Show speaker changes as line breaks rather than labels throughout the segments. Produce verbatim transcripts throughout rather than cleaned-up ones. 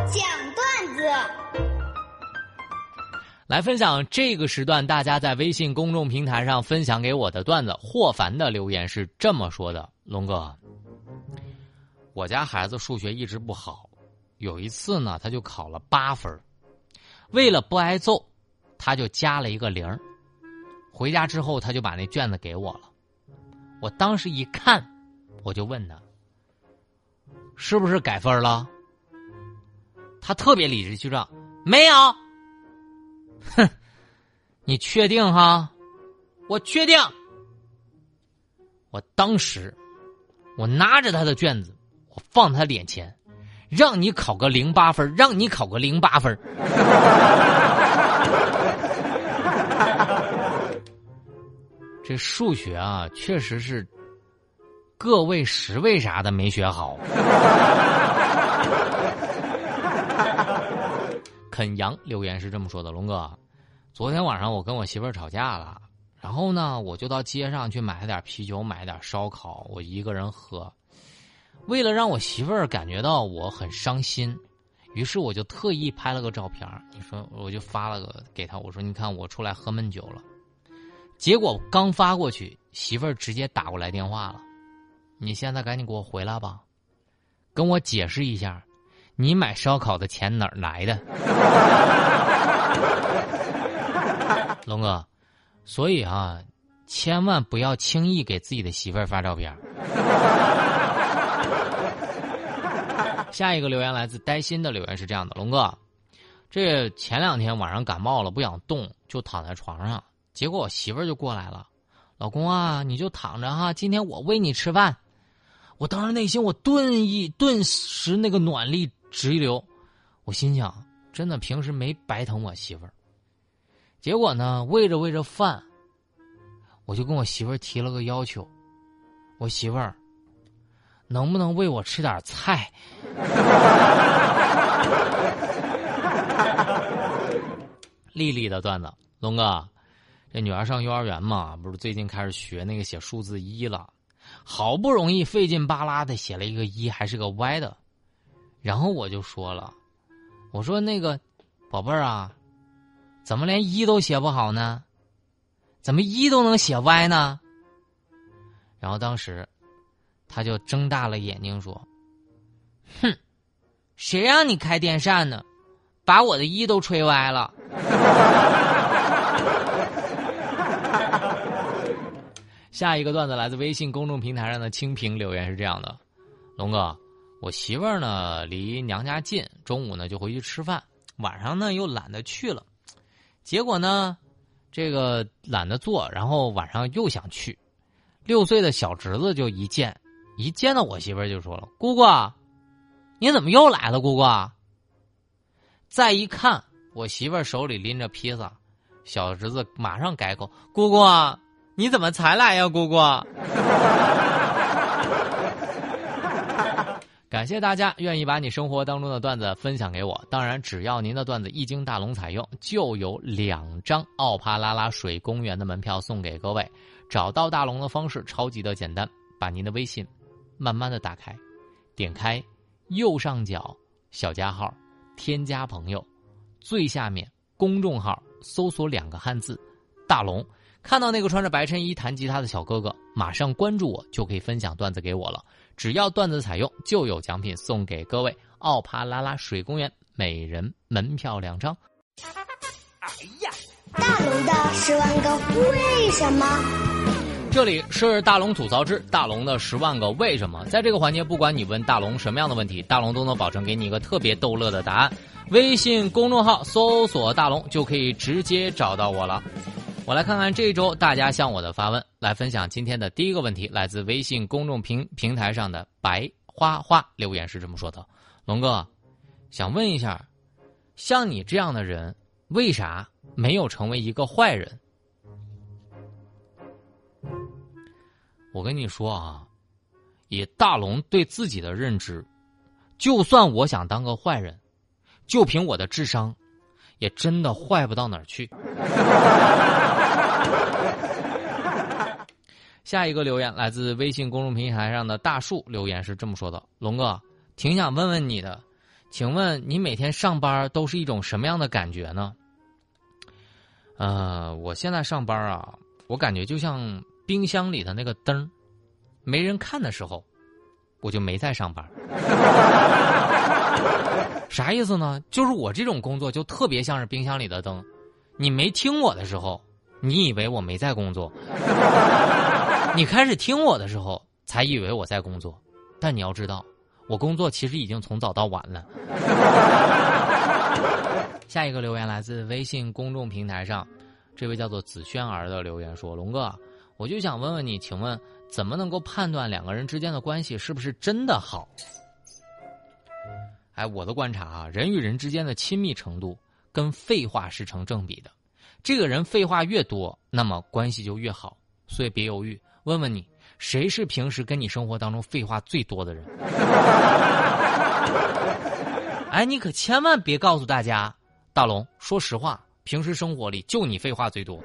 讲段子。
来分享这个时段大家在微信公众平台上分享给我的段子。霍凡的留言是这么说的：龙哥，我家孩子数学一直不好，有一次呢他就考了八分，为了不挨揍他就加了一个零，回家之后他就把那卷子给我了。我当时一看，我就问他是不是改分了，他特别理直气壮，没有。哼，你确定哈？我确定。我当时我拿着他的卷子，我放他脸前，让你考个零八分，让你考个零八分。这数学啊，确实是个位十位啥的没学好。肯阳留言是这么说的：龙哥，昨天晚上我跟我媳妇儿吵架了，然后呢我就到街上去买了点啤酒，买了点烧烤，我一个人喝。为了让我媳妇儿感觉到我很伤心，于是我就特意拍了个照片，你说我就发了个给她，我说你看我出来喝闷酒了。结果刚发过去，媳妇儿直接打过来电话了，你现在赶紧给我回来吧，跟我解释一下你买烧烤的钱哪儿来的。龙哥，所以啊，千万不要轻易给自己的媳妇儿发照片。下一个留言来自呆心的留言是这样的：龙哥，这前两天晚上感冒了，不想动，就躺在床上，结果我媳妇儿就过来了，老公啊，你就躺着哈，今天我喂你吃饭。我当时内心我顿一顿时那个暖力直流，我心想真的平时没白疼我媳妇儿。结果呢喂着喂着饭，我就跟我媳妇儿提了个要求，我媳妇儿能不能喂我吃点菜。丽丽的段子：龙哥，这女儿上幼儿园嘛，不是最近开始学那个写数字一了，好不容易费劲巴拉的写了一个一，还是个歪的。然后我就说了，我说那个宝贝儿啊，怎么连一都写不好呢？怎么一都能写歪呢？然后当时他就睁大了眼睛说，哼，谁让你开电扇呢，把我的一都吹歪了。下一个段子来自微信公众平台上的清平留言是这样的：龙哥，我媳妇儿呢离娘家近，中午呢就回去吃饭，晚上呢又懒得去了，结果呢这个懒得做，然后晚上又想去。六岁的小侄子就一见一见到我媳妇儿就说了，姑姑你怎么又来了，姑姑。再一看我媳妇儿手里拎着披萨，小侄子马上改口，姑姑你怎么才来呀，姑姑。感谢大家愿意把你生活当中的段子分享给我，当然只要您的段子一经大龙采用，就有两张奥帕拉拉水公园的门票送给各位。找到大龙的方式超级的简单，把您的微信慢慢的打开，点开右上角小加号，添加朋友，最下面公众号搜索两个汉字大龙，看到那个穿着白衬衣弹吉他的小哥哥，马上关注我，就可以分享段子给我了。只要段子采用，就有奖品送给各位。奥帕拉拉水公园每人门票两张。
哎呀，大龙的十万个为什么。
这里是大龙吐槽之大龙的十万个为什么。在这个环节，不管你问大龙什么样的问题，大龙都能保证给你一个特别逗乐的答案。微信公众号搜索大龙就可以直接找到我了。我来看看这一周大家向我的发问，来分享今天的第一个问题，来自微信公众平平台上的白花花留言是这么说的：龙哥，想问一下，像你这样的人为啥没有成为一个坏人？我跟你说啊，以大龙对自己的认知，就算我想当个坏人，就凭我的智商也真的坏不到哪儿去。下一个留言来自微信公众平台上的大树留言是这么说的：龙哥，挺想问问你的， 请问你每天上班都是一种什么样的感觉呢？呃，我现在上班啊，我感觉就像冰箱里的那个灯，没人看的时候，我就没在上班。啥意思呢？就是我这种工作就特别像是冰箱里的灯，你没听我的时候，你以为我没在工作；你开始听我的时候，才以为我在工作。但你要知道，我工作其实已经从早到晚了。下一个留言来自微信公众平台上，这位叫做子轩儿的留言说：龙哥，我就想问问你，请问怎么能够判断两个人之间的关系是不是真的好？哎，我的观察啊，人与人之间的亲密程度跟废话是成正比的。这个人废话越多，那么关系就越好。所以别犹豫，问问你，谁是平时跟你生活当中废话最多的人？哎，你可千万别告诉大家，大龙，说实话，平时生活里就你废话最多。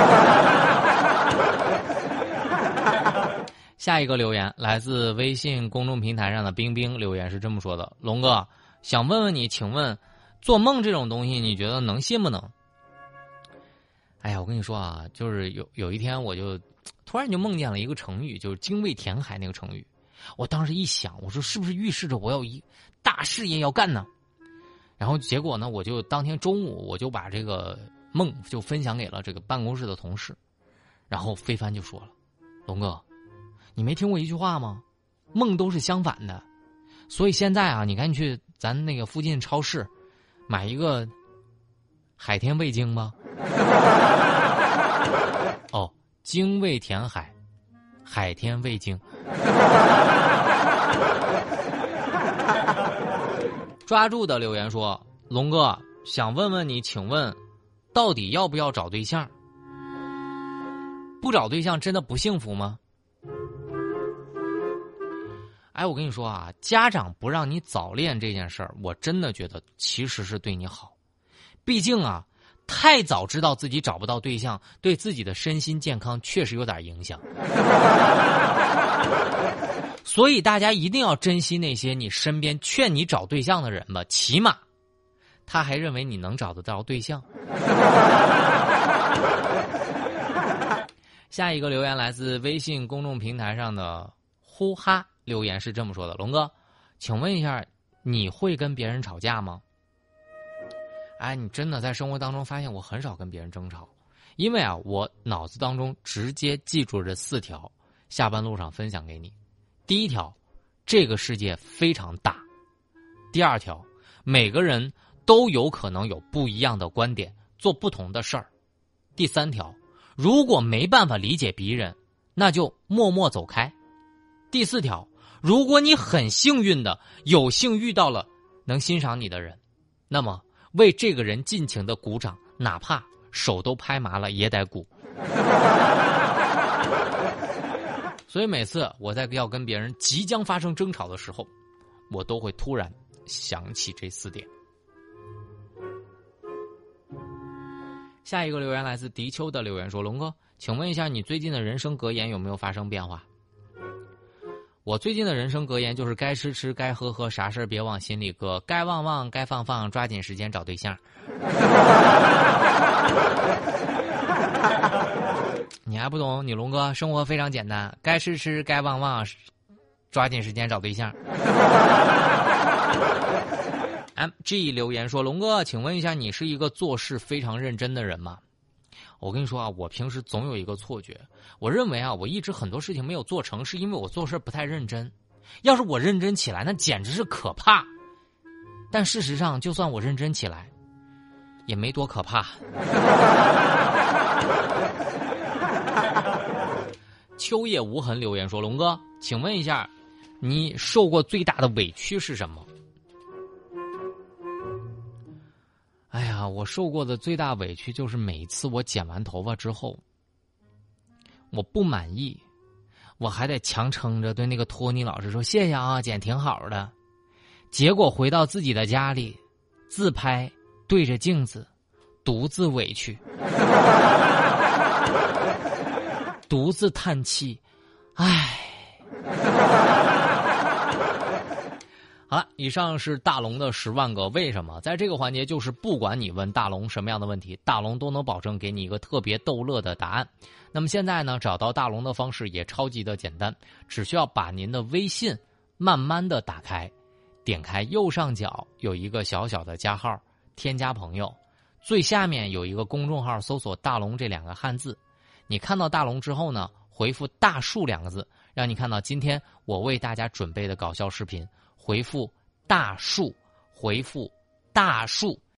下一个留言来自微信公众平台上的冰冰，留言是这么说的：龙哥，想问问你，请问做梦这种东西你觉得能信不能？哎呀，我跟你说啊，就是有有一天我就突然就梦见了一个成语，就是精卫填海那个成语。我当时一想，我说是不是预示着我有一大事业要干呢？然后结果呢，我就当天中午我就把这个梦就分享给了这个办公室的同事，然后非凡就说了：龙哥，你没听过一句话吗？梦都是相反的。所以现在啊，你赶紧去咱那个附近超市买一个海天味精吧。哦，精卫填海，海天味精。抓住的留言说：龙哥，想问问你，请问到底要不要找对象？不找对象真的不幸福吗？哎，我跟你说啊，家长不让你早恋这件事儿，我真的觉得其实是对你好。毕竟啊，太早知道自己找不到对象，对自己的身心健康确实有点影响。所以大家一定要珍惜那些你身边劝你找对象的人吧，起码他还认为你能找得到对象。下一个留言来自微信公众平台上的呼哈，留言是这么说的：龙哥，请问一下，你会跟别人吵架吗？哎，你真的在生活当中发现我很少跟别人争吵，因为啊，我脑子当中直接记住这四条，下班路上分享给你。第一条，这个世界非常大；第二条，每个人都有可能有不一样的观点，做不同的事儿；第三条，如果没办法理解别人，那就默默走开；第四条，如果你很幸运的有幸遇到了能欣赏你的人，那么为这个人尽情的鼓掌，哪怕手都拍麻了也得鼓。所以每次我在要跟别人即将发生争吵的时候，我都会突然想起这四点。下一个留言来自迪秋的留言说：龙哥，请问一下，你最近的人生格言有没有发生变化？我最近的人生格言就是该吃吃，该喝喝，啥事别往心里搁，该忘忘，该放放，抓紧时间找对象。你还不懂，你龙哥生活非常简单，该吃吃，该忘忘，抓紧时间找对象。M G 留言说：龙哥，请问一下，你是一个做事非常认真的人吗？我跟你说啊，我平时总有一个错觉，我认为啊，我一直很多事情没有做成，是因为我做事不太认真。要是我认真起来，那简直是可怕。但事实上，就算我认真起来，也没多可怕。秋叶无痕留言说：龙哥，请问一下，你受过最大的委屈是什么？哎呀，我受过的最大委屈就是每一次我剪完头发之后，我不满意，我还得强撑着对那个托尼老师说谢谢啊，剪挺好的。结果回到自己的家里，自拍对着镜子，独自委屈，独自叹气，唉。 好了，以上是大龙的十万个为什么。在这个环节，就是不管你问大龙什么样的问题，大龙都能保证给你一个特别逗乐的答案。那么现在呢，找到大龙的方式也超级的简单，只需要把您的微信慢慢的打开，点开右上角有一个小小的加号，添加朋友，最下面有一个公众号，搜索大龙这两个汉字。你看到大龙之后呢，回复大树两个字，让你看到今天我为大家准备的搞笑视频。回复大树，回复大树，